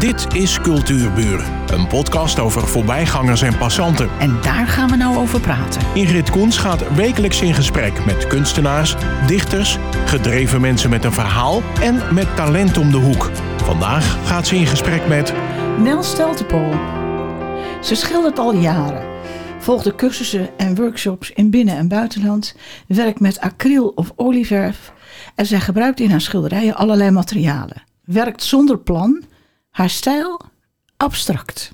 Dit is Cultuurburen, een podcast over voorbijgangers en passanten. En daar gaan we nou over praten. Ingrid Koens gaat wekelijks in gesprek met kunstenaars, dichters, gedreven mensen met een verhaal en met talent om de hoek. Vandaag gaat ze in gesprek met Nel Steltepool. Ze schildert al jaren. Volgt de cursussen en workshops in binnen- en buitenland. Werkt met acryl of olieverf. En zij gebruikt in haar schilderijen allerlei materialen. Werkt zonder plan. Haar stijl abstract.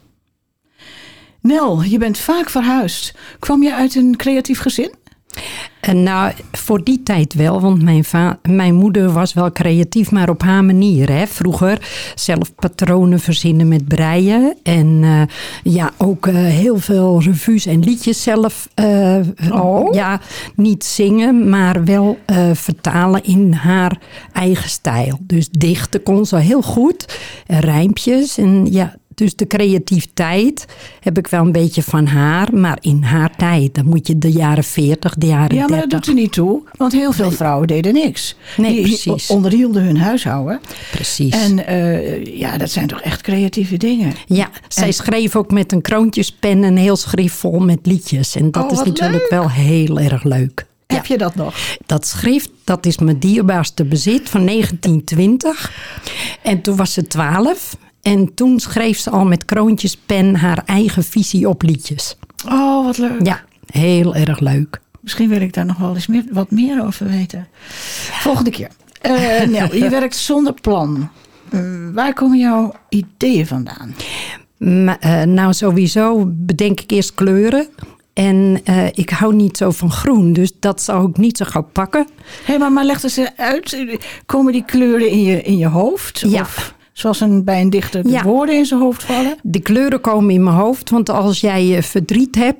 Nel, je bent vaak verhuisd. Kwam je uit een creatief gezin? Nou, voor die tijd wel, want mijn moeder was wel creatief, maar op haar manier. Hè. Vroeger zelf patronen verzinnen met breien. En ook heel veel revues en liedjes zelf. Ja, niet zingen, maar wel vertalen in haar eigen stijl. Dus dichten kon ze heel goed. Rijmpjes en ja. Dus de creativiteit heb ik wel een beetje van haar. Maar in haar tijd, dan moet je de jaren 40, de jaren 30. Ja, maar dat doet er niet toe. Want heel veel vrouwen deden niks. Nee, die precies. onderhielden hun huishouden. Precies. En dat zijn toch echt creatieve dingen. Ja, zij schreef ook met een kroontjespen een heel schrift vol met liedjes. En dat is natuurlijk wel heel erg leuk. Heb je dat nog? Dat schrift, dat is mijn dierbaarste bezit van 1920. En toen was ze 12. En toen schreef ze al met kroontjespen haar eigen visie op liedjes. Oh, wat leuk. Ja, heel erg leuk. Misschien wil ik daar nog wel eens wat meer over weten. Volgende keer. Nel, je werkt zonder plan. Waar komen jouw ideeën vandaan? Nou, sowieso bedenk ik eerst kleuren. En ik hou niet zo van groen, dus dat zou ik niet zo gauw pakken. Maar leg eens uit. Komen die kleuren in je hoofd? Ja. Of zoals bij een dichter de woorden in zijn hoofd vallen? De kleuren komen in mijn hoofd, want als jij verdriet hebt,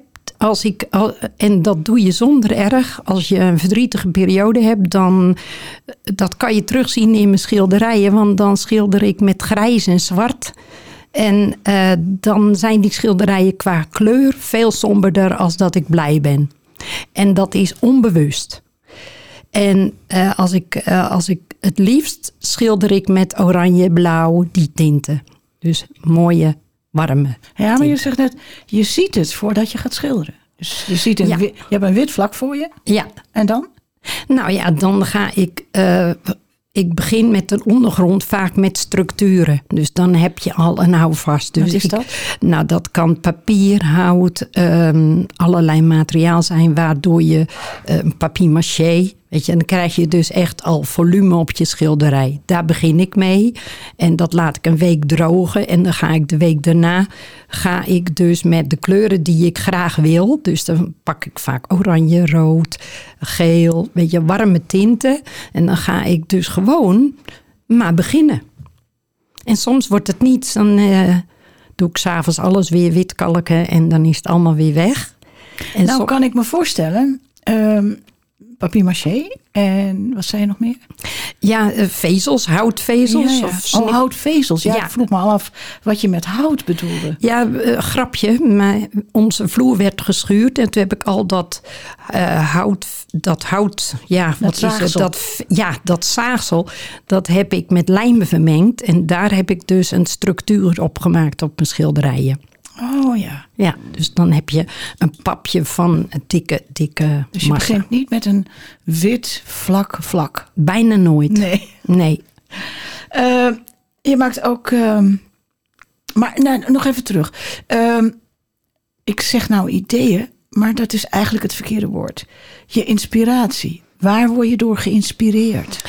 en dat doe je zonder erg. Als je een verdrietige periode hebt, dan dat kan je terugzien in mijn schilderijen. Want dan schilder ik met grijs en zwart. En dan zijn die schilderijen qua kleur veel somberder als dat ik blij ben. En dat is onbewust. En als ik het liefst schilder ik met oranje, blauw, die tinten. Dus mooie, warme Ja, maar je zegt net, je ziet het voordat je gaat schilderen. Dus je ziet je hebt een wit vlak voor je. Ja. En dan? Nou ja, dan ga ik... Ik begin met een ondergrond, vaak met structuren. Dus dan heb je al een houvast. Dus wat is dat? Nou, dat kan papier, hout, allerlei materiaal zijn, waardoor je papier-mâché. Weet je, en dan krijg je dus echt al volume op je schilderij. Daar begin ik mee. En dat laat ik een week drogen. En dan ga ik de week daarna dus met de kleuren die ik graag wil. Dus dan pak ik vaak oranje, rood, geel. Weet je, warme tinten. En dan ga ik dus gewoon maar beginnen. En soms wordt het niets. Dan doe ik 's avonds alles weer wit kalken. En dan is het allemaal weer weg. En kan ik me voorstellen... papier-mâché en wat zei je nog meer? Ja, vezels, houtvezels. Ja. Of houtvezels. Ja, ik vroeg me al af wat je met hout bedoelde. Ja, grapje. Maar onze vloer werd geschuurd en toen heb ik al dat hout, ja, wat is het? Dat zaagsel, dat heb ik met lijm vermengd. En daar heb ik dus een structuur op gemaakt op mijn schilderijen. Oh ja. Ja, dus dan heb je een papje van dikke Dus je massa. begint niet met een wit vlak. Bijna nooit. Nee. Je maakt ook... maar nog even terug. Ik zeg nou ideeën, maar dat is eigenlijk het verkeerde woord. Je inspiratie. Waar word je door geïnspireerd?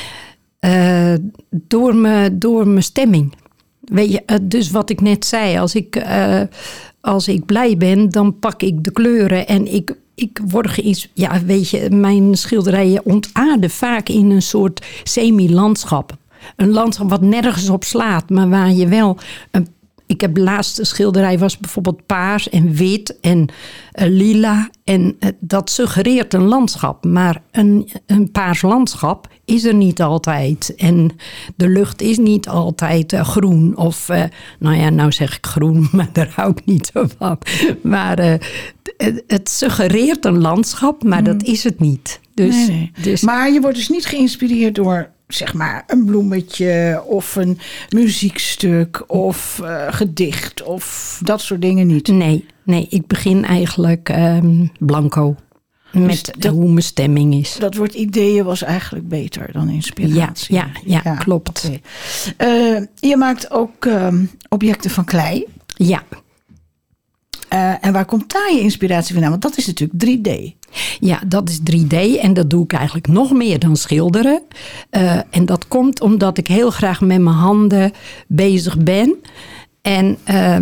Door mijn stemming. Weet je, dus wat ik net zei, als ik blij ben, dan pak ik de kleuren en ik word geïnspireerd. Ja, weet je, mijn schilderijen ontaarden vaak in een soort semi-landschap. Een landschap wat nergens op slaat, maar waar je wel... Ik heb de laatste schilderij was bijvoorbeeld paars en wit en lila. En dat suggereert een landschap. Maar een paars landschap is er niet altijd. En de lucht is niet altijd groen. Of, nou zeg ik groen, maar daar hou ik niet zo van. Maar het suggereert een landschap, maar dat is het niet. Dus, nee. Dus, maar je wordt dus niet geïnspireerd door zeg maar een bloemetje of een muziekstuk of gedicht of dat soort dingen niet? Nee, ik begin eigenlijk blanco. Met hoe mijn stemming is. Dat woord ideeën was eigenlijk beter dan inspiratie. Ja, klopt. Okay. Je maakt ook objecten van klei. Ja. En waar komt daar je inspiratie vandaan? Want dat is natuurlijk 3D. Ja, dat is 3D en dat doe ik eigenlijk nog meer dan schilderen. En dat komt omdat ik heel graag met mijn handen bezig ben. En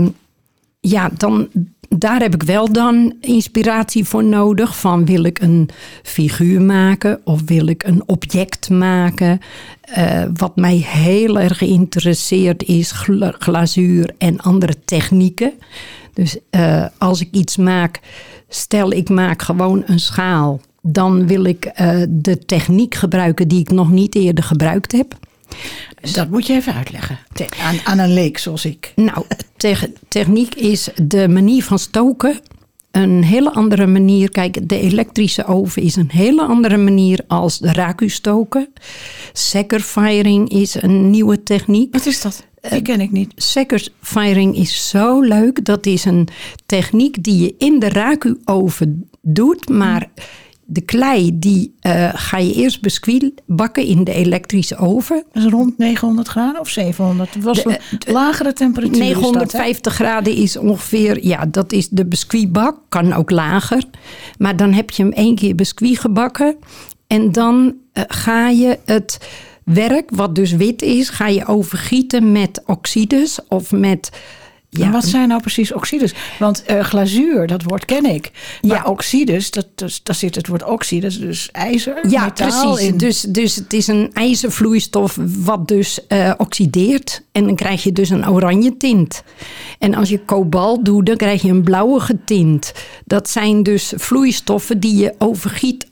daar heb ik wel dan inspiratie voor nodig. Van wil ik een figuur maken of wil ik een object maken? Wat mij heel erg interesseert is glazuur en andere technieken. Dus als ik iets maak, stel ik maak gewoon een schaal. Dan wil ik de techniek gebruiken die ik nog niet eerder gebruikt heb. Dat moet je even uitleggen aan een leek zoals ik. Nou, techniek is de manier van stoken. Een hele andere manier. Kijk, de elektrische oven is een hele andere manier als de raku stoken. Secker firing is een nieuwe techniek. Wat is dat? Die ken ik niet. Secker firing is zo leuk. Dat is een techniek die je in de raku oven doet, maar de klei die ga je eerst biscuit bakken in de elektrische oven. Dat is rond 900 graden of 700? Het was een lagere temperatuur. 950 graden is ongeveer, dat is de biscuitbak. Kan ook lager. Maar dan heb je hem 1 keer biscuit gebakken. En dan ga je het werk, wat dus wit is, ga je overgieten met oxides of met... Ja. En wat zijn nou precies oxides? Want glazuur, dat woord ken ik. Maar oxides, daar zit het woord oxide, dus ijzer, metaal precies. in. Dus het is een ijzervloeistof wat dus oxideert. En dan krijg je dus een oranje tint. En als je kobalt doet, dan krijg je een blauwige tint. Dat zijn dus vloeistoffen die je overgiet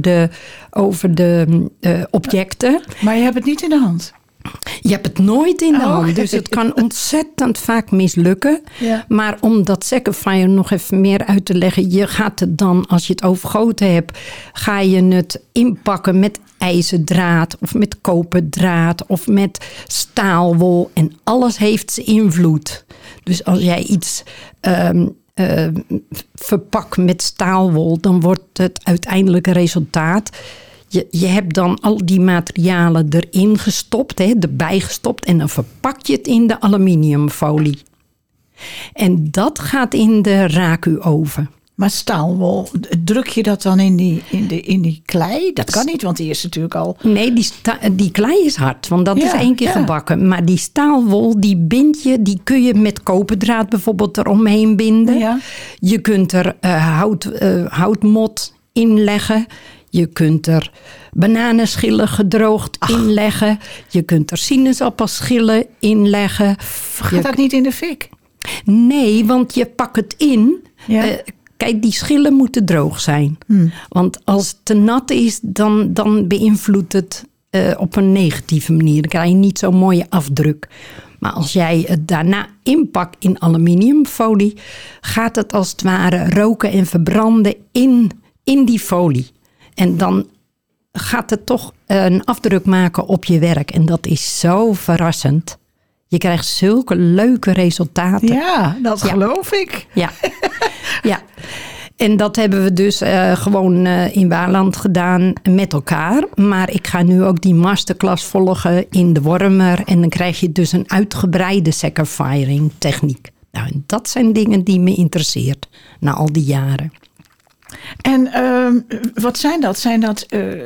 over de objecten. Maar je hebt het niet in de hand. Je hebt het nooit in de hand, dus het kan ontzettend vaak mislukken. Ja. Maar om dat Secker fire nog even meer uit te leggen, je gaat het dan, als je het overgoten hebt, ga je het inpakken met ijzerdraad of met koperdraad of met staalwol. En alles heeft zijn invloed. Dus als jij iets verpakt met staalwol, dan wordt het uiteindelijke resultaat. Je hebt dan al die materialen erin gestopt, erbij gestopt. En dan verpak je het in de aluminiumfolie. En dat gaat in de raku-oven. Maar staalwol, druk je dat dan in die klei? Dat kan niet, want die is natuurlijk al... Nee, die klei is hard, want dat is 1 keer gebakken. Maar die staalwol, die kun je met koperdraad bijvoorbeeld eromheen binden. Ja. Je kunt er houtmot inleggen. Je kunt er bananenschillen gedroogd inleggen. Je kunt er sinaasappelschillen inleggen. Gaat dat niet in de fik? Nee, want je pakt het in. Ja. Kijk, die schillen moeten droog zijn. Want als het te nat is, dan beïnvloedt het op een negatieve manier. Dan krijg je niet zo'n mooie afdruk. Maar als jij het daarna inpakt in aluminiumfolie, gaat het als het ware roken en verbranden in die folie. En dan gaat het toch een afdruk maken op je werk. En dat is zo verrassend. Je krijgt zulke leuke resultaten. Ja, dat geloof ik. Ja. En dat hebben we dus gewoon in Waarland gedaan met elkaar. Maar ik ga nu ook die masterclass volgen in de Wormer. En dan krijg je dus een uitgebreide Secker firing techniek. Nou, en dat zijn dingen die me interesseert na al die jaren. En wat zijn dat?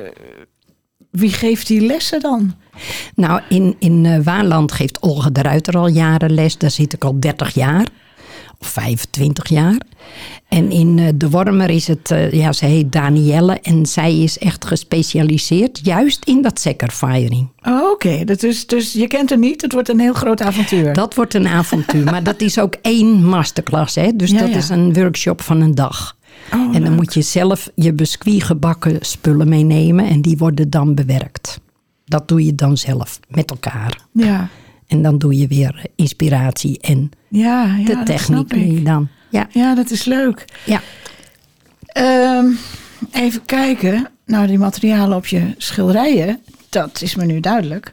Wie geeft die lessen dan? Nou, in Waarland geeft Olga de Ruiter al jaren les. Daar zit ik al 30 jaar. Of 25 jaar. En in de Wormer is het, ze heet Danielle. En zij is echt gespecialiseerd juist in dat Secker firing. Oh, oké. Dus je kent hem niet. Het wordt een heel groot avontuur. Dat wordt een avontuur. Maar dat is ook 1 masterclass. Hè? Dus dat is een workshop van een dag. En dan moet je zelf je biscuit gebakken spullen meenemen. En die worden dan bewerkt. Dat doe je dan zelf met elkaar. Ja. En dan doe je weer inspiratie en de techniek mee dan. Ja, dat is leuk. Ja. Even kijken naar die materialen op je schilderijen. dat is me nu duidelijk.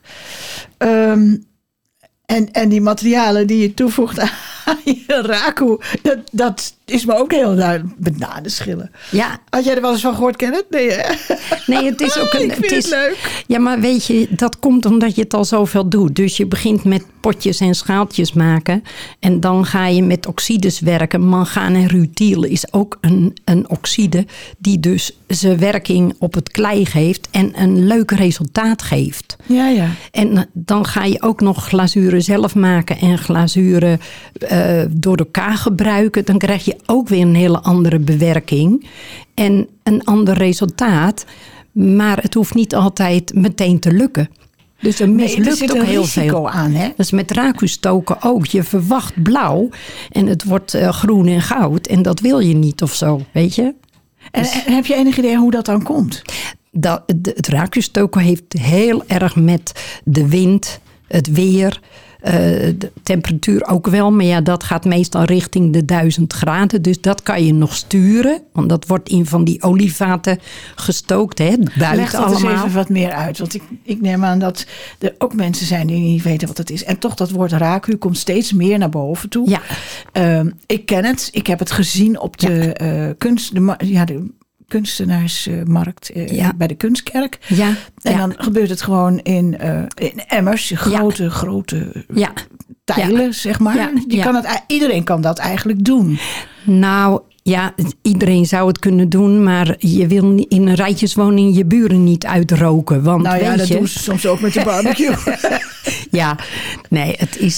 En die materialen die je toevoegt aan je raku, dat is me ook heel duidelijk. Bananenschillen. Ja. Had jij er wel eens van gehoord, Kenneth? Nee, hè? Nee, het is ook Ik vind het leuk. Ja, maar weet je, dat komt omdat je het al zoveel doet. Dus je begint met potjes en schaaltjes maken. En dan ga je met oxides werken. Mangaan en rutiel is ook een oxide die dus zijn werking op het klei geeft en een leuk resultaat geeft. Ja. En dan ga je ook nog glazuren zelf maken en glazuren door elkaar gebruiken. Dan krijg je ook weer een hele andere bewerking en een ander resultaat. Maar het hoeft niet altijd meteen te lukken. Dus er mislukt ook heel veel aan, hè? Dat is met raku stoken ook. Je verwacht blauw en het wordt groen en goud. En dat wil je niet of zo, weet je? En heb je enig idee hoe dat dan komt? Het raku stoken heeft heel erg met de wind, het weer, de temperatuur ook wel. Maar ja, dat gaat meestal richting de 1000 graden. Dus dat kan je nog sturen. Want dat wordt in van die olievaten gestookt. Hè, buiten Leg dat allemaal. eens even wat meer uit. Want ik neem aan dat er ook mensen zijn die niet weten wat het is. En toch dat woord raku komt steeds meer naar boven toe. Ja. Ik ken het. Ik heb het gezien op de de kunstenaarsmarkt bij de Kunstkerk. Ja. En dan gebeurt het gewoon in emmers, grote tijlen, zeg maar. Ja. Iedereen kan dat eigenlijk doen. Nou ja, iedereen zou het kunnen doen, maar je wil in een rijtjeswoning je buren niet uitroken. Want nou ja, weet dat je, doen ze soms ook met de barbecue. Ja, nee,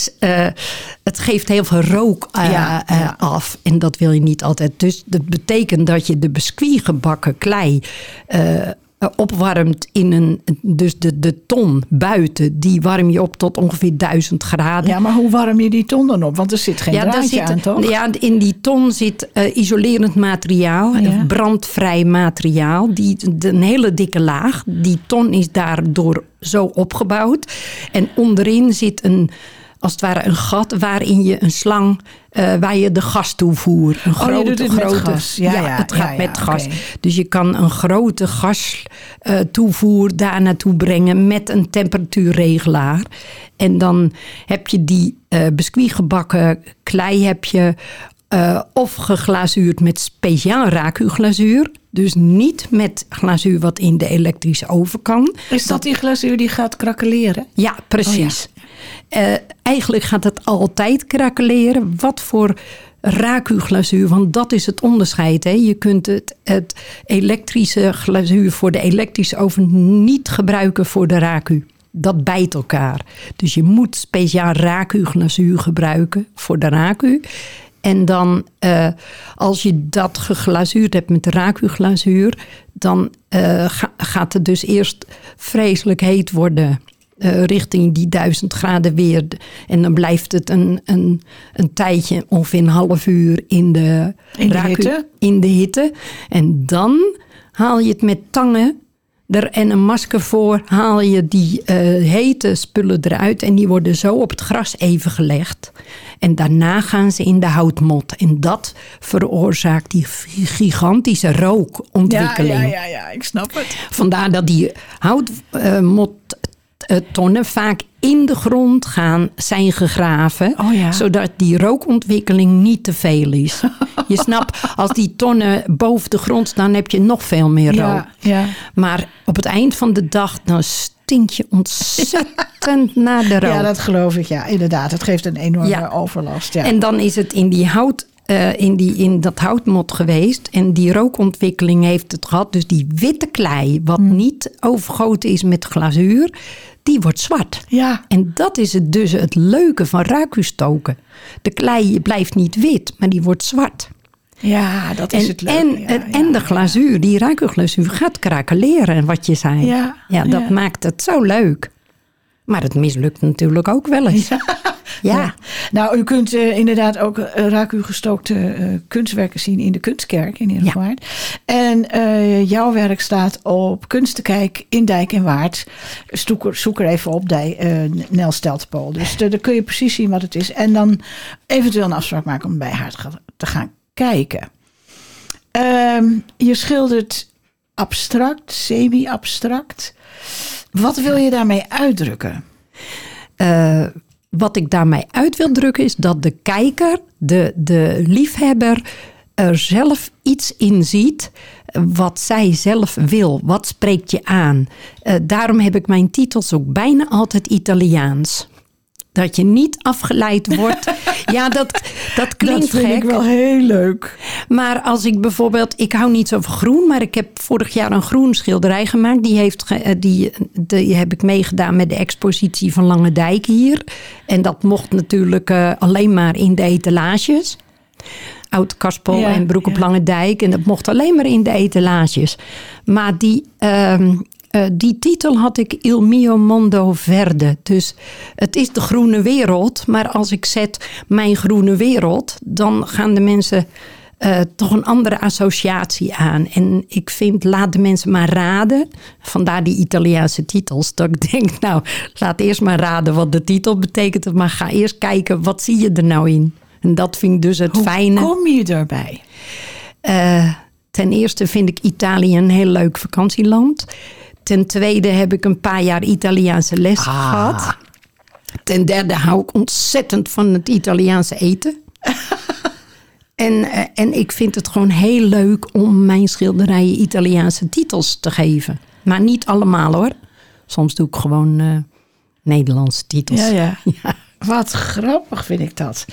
het geeft heel veel rook af en dat wil je niet altijd. Dus dat betekent dat je de biscuitgebakken klei opwarmt in dus de ton buiten, die warm je op tot ongeveer 1000 graden. Ja, maar hoe warm je die ton dan op? Want er zit geen draadje aan, toch? Ja, in die ton zit isolerend materiaal, brandvrij materiaal, een hele dikke laag. Die ton is daardoor zo opgebouwd. En onderin zit als het ware een gat waarin je een slang, waar je de gas toevoert. Je doet het met gas. Het gaat met gas. Okay. Dus je kan een grote gas toevoer daar naartoe brengen met een temperatuurregelaar. En dan heb je die biscuitgebakken klei of geglazuurd met speciaal raku-glazuur. Dus niet met glazuur wat in de elektrische oven kan. Is dat die glazuur die gaat krakeleren? Ja, precies. Oh, ja. Eigenlijk gaat het altijd krakeleren. Wat voor raku-glazuur, want dat is het onderscheid. Hè? Je kunt het elektrische glazuur voor de elektrische oven niet gebruiken voor de raku. Dat bijt elkaar. Dus je moet speciaal raku-glazuur gebruiken voor de raku. En dan, als je dat geglazuurd hebt met de raku-glazuur, dan gaat het dus eerst vreselijk heet worden. Richting die 1000 graden weer. En dan blijft het een tijdje, ongeveer een half uur in de hitte. En dan haal je het met tangen en een masker voor, haal je die hete spullen eruit en die worden zo op het gras even gelegd. En daarna gaan ze in de houtmot. En dat veroorzaakt die gigantische rookontwikkeling. Ja, ik snap het. Vandaar dat die houtmottonnen vaak in de grond zijn gegraven. Zodat die rookontwikkeling niet te veel is. Je snapt, als die tonnen boven de grond staan, heb je nog veel meer rook. Ja. Maar op het eind van de dag, dan stink je ontzettend naar de rook. Ja, dat geloof ik. Ja, inderdaad. Het geeft een enorme overlast. Ja. En dan is het in die in dat houtmot geweest. En die rookontwikkeling heeft het gehad. Dus die witte klei, wat niet overgoten is met glazuur, die wordt zwart. Ja. En dat is het leuke van raku stoken. De klei blijft niet wit, maar die wordt zwart. Ja, dat is het leuke. En de glazuur, die raku-glazuur, gaat krakeleren, wat je zei. Dat maakt het zo leuk. Maar het mislukt natuurlijk ook wel eens. Ja. Nou, u kunt inderdaad ook raku-gestookte kunstwerken zien in de Kunstkerk in Heerhugowaard. En jouw werk staat op Kunstenkijk in Dijk en Waard. Zoek er even op, Nel Steltenpool. Dus daar kun je precies zien wat het is. En dan eventueel een afspraak maken om bij haar te gaan kijken. Je schildert abstract, semi-abstract. Wat wil je daarmee uitdrukken? Wat ik daarmee uit wil drukken is dat de kijker, de liefhebber, er zelf iets in ziet wat zij zelf wil. Wat spreekt je aan? Daarom heb ik mijn titels ook bijna altijd Italiaans. Dat je niet afgeleid wordt. Ja, dat klinkt dat vind gek. ik wel heel leuk. Maar als ik bijvoorbeeld... Ik hou niet zo van groen, maar ik heb vorig jaar een groen schilderij gemaakt. Die heb ik meegedaan met de expositie van Lange Dijk hier. En dat mocht natuurlijk alleen maar in de etalages. Oud-Kaspel en Broek op Lange Dijk. En dat mocht alleen maar in de etalages. Maar die titel had ik Il mio mondo verde. Dus het is de groene wereld. Maar als ik zet mijn groene wereld, dan gaan de mensen toch een andere associatie aan. En ik vind, laat de mensen maar raden. Vandaar die Italiaanse titels. Dat ik denk, nou, laat eerst maar raden wat de titel betekent. Maar ga eerst kijken, wat zie je er nou in? En dat vind ik dus het fijne. Hoe kom je daarbij? Ten eerste vind ik Italië een heel leuk vakantieland. Ten tweede heb ik een paar jaar Italiaanse les gehad. Ten derde hou ik ontzettend van het Italiaanse eten. En ik vind het gewoon heel leuk om mijn schilderijen Italiaanse titels te geven. Maar niet allemaal hoor. Soms doe ik gewoon Nederlandse titels. Ja. Wat grappig vind ik dat.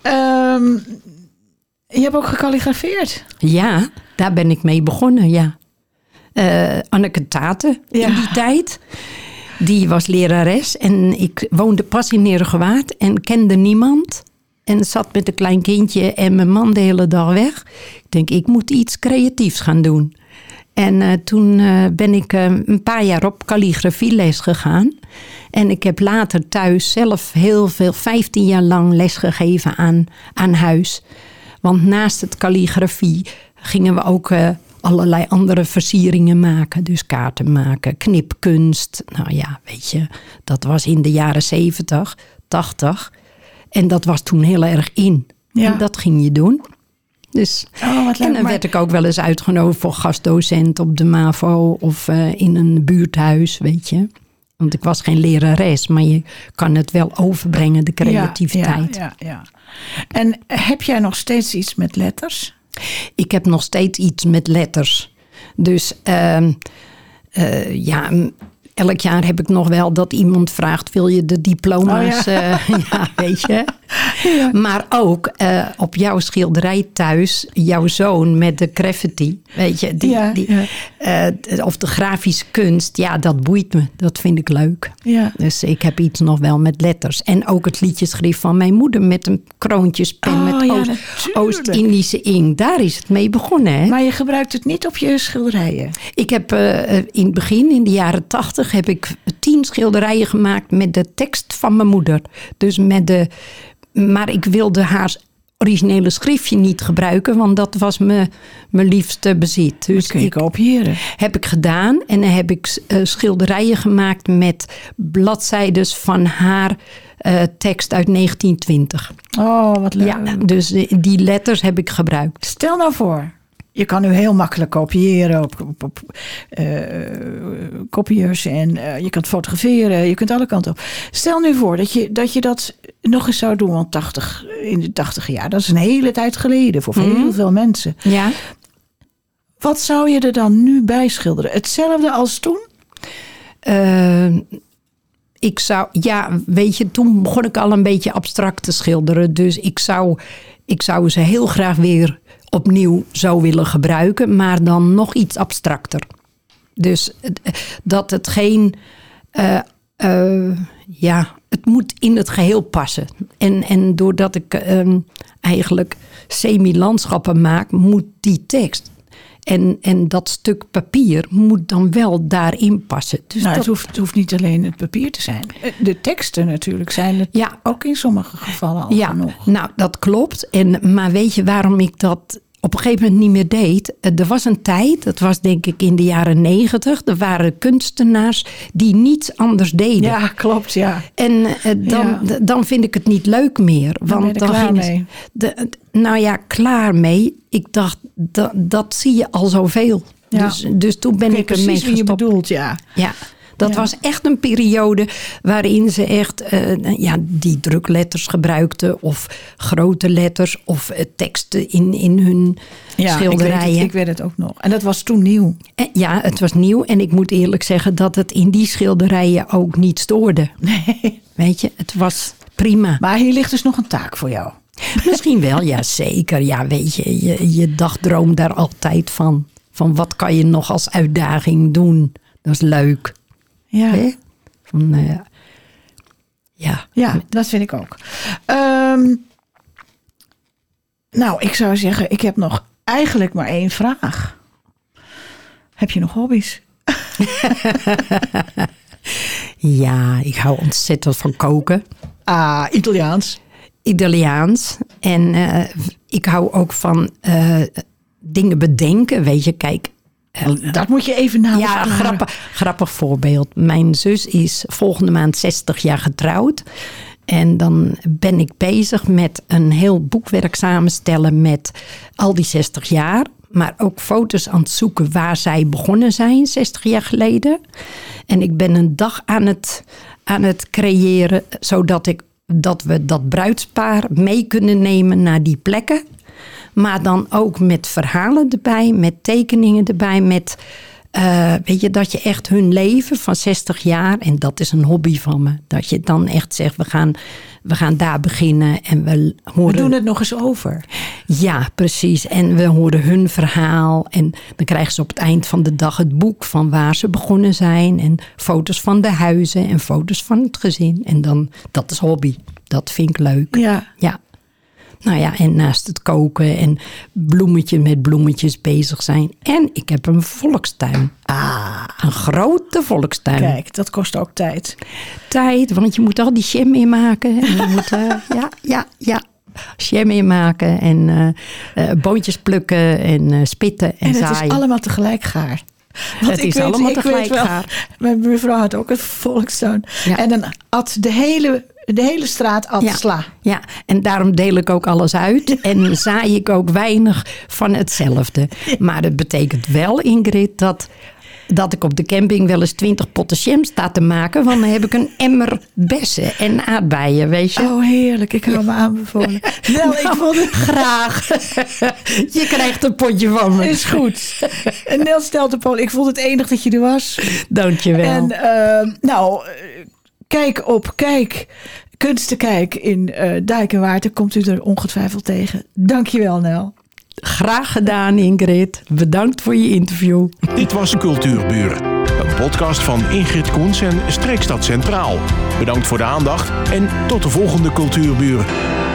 Je hebt ook gekalligrafeerd. Ja, daar ben ik mee begonnen, ja. Anneke Taten in die tijd. Die was lerares en ik woonde pas in Neergewaard en kende niemand. En zat met een klein kindje en mijn man de hele dag weg. Ik denk, ik moet iets creatiefs gaan doen. En toen ben ik een paar jaar op kalligrafieles gegaan. En ik heb later thuis zelf heel veel, 15 jaar lang lesgegeven aan huis. Want naast het kalligrafie gingen we ook allerlei andere versieringen maken. Dus kaarten maken, knipkunst. Nou ja, weet je, dat was in de jaren 70, 80. En dat was toen heel erg in. Ja. En dat ging je doen. Dus, en dan werd ik ook wel eens uitgenodigd voor gastdocent op de MAVO of in een buurthuis, weet je. Want ik was geen lerares, maar je kan het wel overbrengen, de creativiteit. Ja. En heb jij nog steeds iets met letters? Ik heb nog steeds iets met letters. Dus elk jaar heb ik nog wel dat iemand vraagt, wil je de diploma's? Ja, weet je. Ja. Maar ook op jouw schilderij thuis, jouw zoon met de graffiti, weet je. Of de grafische kunst, ja, dat boeit me. Dat vind ik leuk. Ja. Dus ik heb iets nog wel met letters. En ook het liedjeschrift van mijn moeder met een kroontjespen met Oost-Indische inkt. Daar is het mee begonnen, hè? Maar je gebruikt het niet op je schilderijen? Ik heb in het begin, in de jaren 80, heb ik 10 schilderijen gemaakt met de tekst van mijn moeder. Dus maar ik wilde haar originele schriftje niet gebruiken, want dat was mijn liefste bezit. Dus kun je kopiëren. Heb ik gedaan en dan heb ik schilderijen gemaakt met bladzijdes van haar tekst uit 1920. Oh, wat leuk. Ja, dus die letters heb ik gebruikt. Stel nou voor, je kan nu heel makkelijk kopiëren op kopiërs en je kunt fotograferen, je kunt alle kanten op. Stel nu voor dat je dat nog eens zou doen, want in de 80 jaar, dat is een hele tijd geleden voor heel veel mensen. Ja. Wat zou je er dan nu bij schilderen? Hetzelfde als toen? Weet je, toen begon ik al een beetje abstract te schilderen. Dus ik zou ze heel graag weer opnieuw zou willen gebruiken, maar dan nog iets abstracter. Dus dat het geen... het moet in het geheel passen. En doordat ik eigenlijk semi-landschappen maak, moet die tekst en dat stuk papier moet dan wel daarin passen. Dus het hoeft niet alleen het papier te zijn. De teksten natuurlijk zijn het ook in sommige gevallen al genoeg. Nou, dat klopt. Maar weet je waarom ik dat op een gegeven moment niet meer deed? Er was een tijd, dat was denk ik in de jaren 90... er waren kunstenaars die niets anders deden. Ja, klopt, ja. En dan vind ik het niet leuk meer. Want dan klaar mee. Klaar mee. Ik dacht, dat zie je al zoveel. Ja. Dus toen ben ik ermee precies wie je gestopt. bedoelt, ja. Ja, dat Ja. was echt een periode waarin ze echt die drukletters gebruikten. Of grote letters of teksten in hun schilderijen. Ik weet het ook nog. En dat was toen nieuw. Ja, het was nieuw. En ik moet eerlijk zeggen dat het in die schilderijen ook niet stoorde. Nee. Weet je, het was prima. Maar hier ligt dus nog een taak voor jou. Misschien wel, ja zeker. Ja, weet je dagdroom daar altijd van. Van wat kan je nog als uitdaging doen? Dat is leuk. Ja. Hè? Ja, dat vind ik ook. Nou, ik zou zeggen, ik heb nog eigenlijk maar 1 vraag. Heb je nog hobby's? Ja, ik hou ontzettend van koken. Italiaans. Italiaans. En ik hou ook van dingen bedenken. Weet je, kijk. Dat moet je even na. Ja, grappig voorbeeld. Mijn zus is volgende maand 60 jaar getrouwd. En dan ben ik bezig met een heel boekwerk samenstellen met al die 60 jaar. Maar ook foto's aan het zoeken waar zij begonnen zijn 60 jaar geleden. En ik ben een dag aan het creëren zodat we dat bruidspaar mee kunnen nemen naar die plekken. Maar dan ook met verhalen erbij, met tekeningen erbij, met weet je, dat je echt hun leven van 60 jaar, en dat is een hobby van me, dat je dan echt zegt, we gaan daar beginnen en we doen het nog eens over. Ja, precies. En we horen hun verhaal en dan krijgen ze op het eind van de dag het boek van waar ze begonnen zijn en foto's van de huizen en foto's van het gezin. En dan, dat is hobby. Dat vind ik leuk. Ja. Nou ja, en naast het koken en met bloemetjes bezig zijn. En ik heb een volkstuin. Een grote volkstuin. Kijk, dat kost ook tijd. Want je moet al die jam in maken. En je moet, jam in maken en boontjes plukken en spitten en zaaien. Het is allemaal tegelijk gaar. Het is allemaal tegelijk gaar. Mijn buurvrouw had ook een volkstuin. Ja. En dan at de hele straat sla. Ja, en daarom deel ik ook alles uit. En zaai ik ook weinig van hetzelfde. Maar dat betekent wel, Ingrid, dat ik op de camping wel eens 20 potten jam sta te maken. Want dan heb ik een emmer bessen en aardbeien, weet je. Oh, heerlijk. Ik hou me aanbevolen. Ik vond het graag. Je krijgt een potje van me. Is goed. En Nel stelt de pool. Ik vond het enig dat je er was. Dank je wel. En Kijk Kunstenkijk in Dijk en Waard. Komt u er ongetwijfeld tegen. Dank je wel, Nel. Graag gedaan, Ingrid. Bedankt voor je interview. Dit was Cultuurbuur. Een podcast van Ingrid Koens en Streekstad Centraal. Bedankt voor de aandacht en tot de volgende Cultuurbuur.